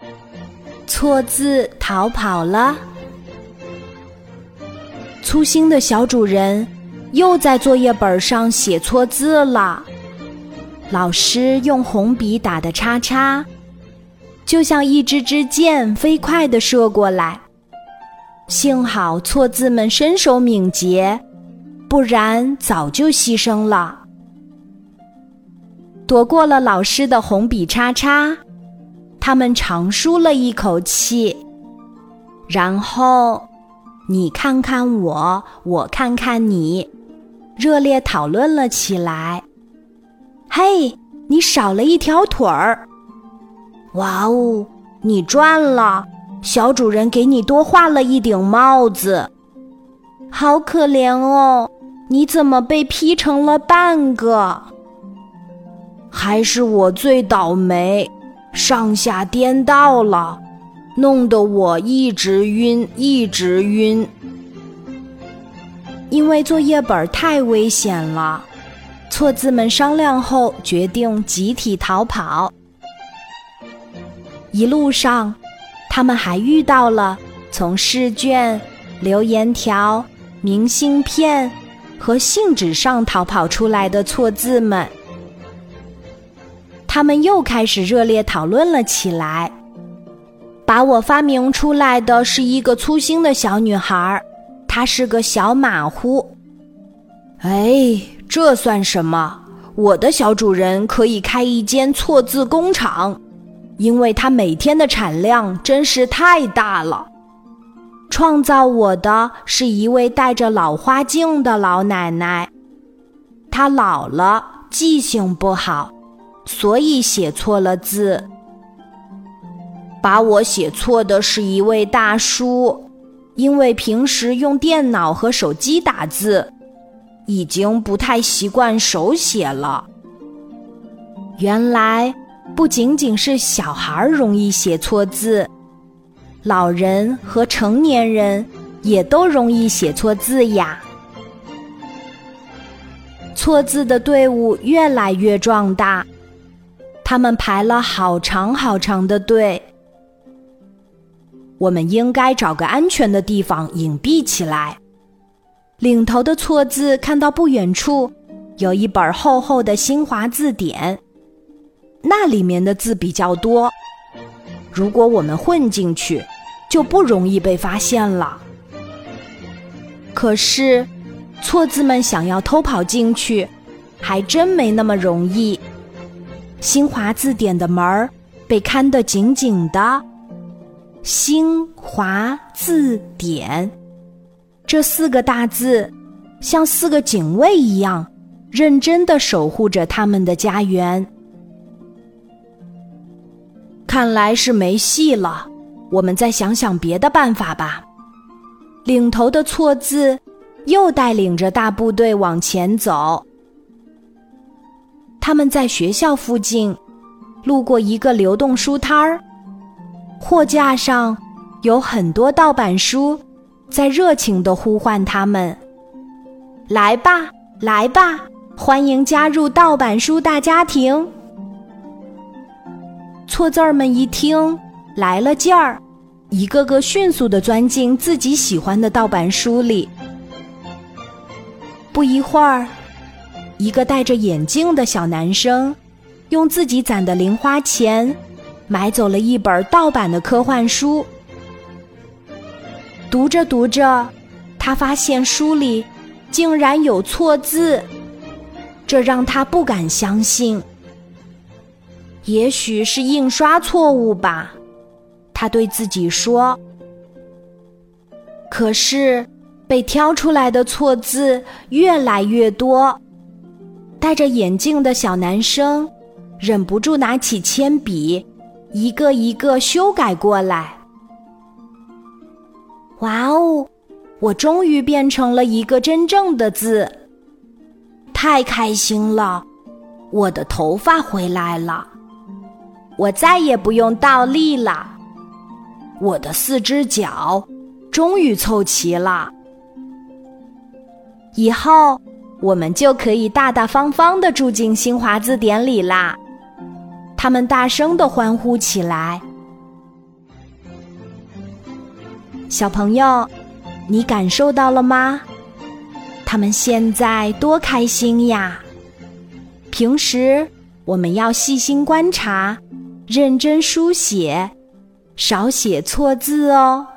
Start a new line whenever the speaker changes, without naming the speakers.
错字逃跑了。粗心的小主人又在作业本上写错字了，老师用红笔打的叉叉，就像一支支箭飞快地射过来。幸好错字们身手敏捷，不然早就牺牲了。躲过了老师的红笔叉叉，他们长舒了一口气，然后你看看我，我看看你，热烈讨论了起来。嘿，你少了一条腿儿！哇哦，你赚了！小主人给你多画了一顶帽子。好可怜哦，你怎么被劈成了半个？还是我最倒霉，上下颠倒了，弄得我一直晕，一直晕。因为作业本太危险了，错字们商量后决定集体逃跑。一路上，他们还遇到了从试卷、留言条、明信片和信纸上逃跑出来的错字们。他们又开始热烈讨论了起来。把我发明出来的是一个粗心的小女孩，她是个小马虎。哎，这算什么？我的小主人可以开一间错字工厂，因为他每天的产量真是太大了。创造我的是一位戴着老花镜的老奶奶，她老了，记性不好，所以写错了字。把我写错的是一位大叔，因为平时用电脑和手机打字，已经不太习惯手写了。原来不仅仅是小孩容易写错字，老人和成年人也都容易写错字呀。错字的队伍越来越壮大，他们排了好长好长的队。我们应该找个安全的地方隐蔽起来。领头的错字看到不远处有一本厚厚的新华字典，那里面的字比较多，如果我们混进去，就不容易被发现了。可是错字们想要偷跑进去，还真没那么容易。新华字典的门儿被看得紧紧的。新华字典，这4个大字像4个警卫一样，认真地守护着他们的家园。看来是没戏了，我们再想想别的办法吧。领头的错字又带领着大部队往前走。他们在学校附近路过一个流动书摊儿，货架上有很多盗版书，在热情地呼唤他们：来吧，来吧，欢迎加入盗版书大家庭。错字儿们一听来了劲儿，一个个迅速地钻进自己喜欢的盗版书里。不一会儿，一个戴着眼镜的小男生用自己攒的零花钱买走了一本盗版的科幻书。读着读着，他发现书里竟然有错字，这让他不敢相信。也许是印刷错误吧，他对自己说。可是被挑出来的错字越来越多，戴着眼镜的小男生忍不住拿起铅笔，一个一个修改过来。哇哦，我终于变成了一个真正的字，太开心了！我的头发回来了，我再也不用倒立了，我的4只脚终于凑齐了。以后我们就可以大大方方地住进新华字典里啦！他们大声地欢呼起来。 小朋友，你感受到了吗？他们现在多开心呀！平时我们要细心观察，认真书写，少写错字哦。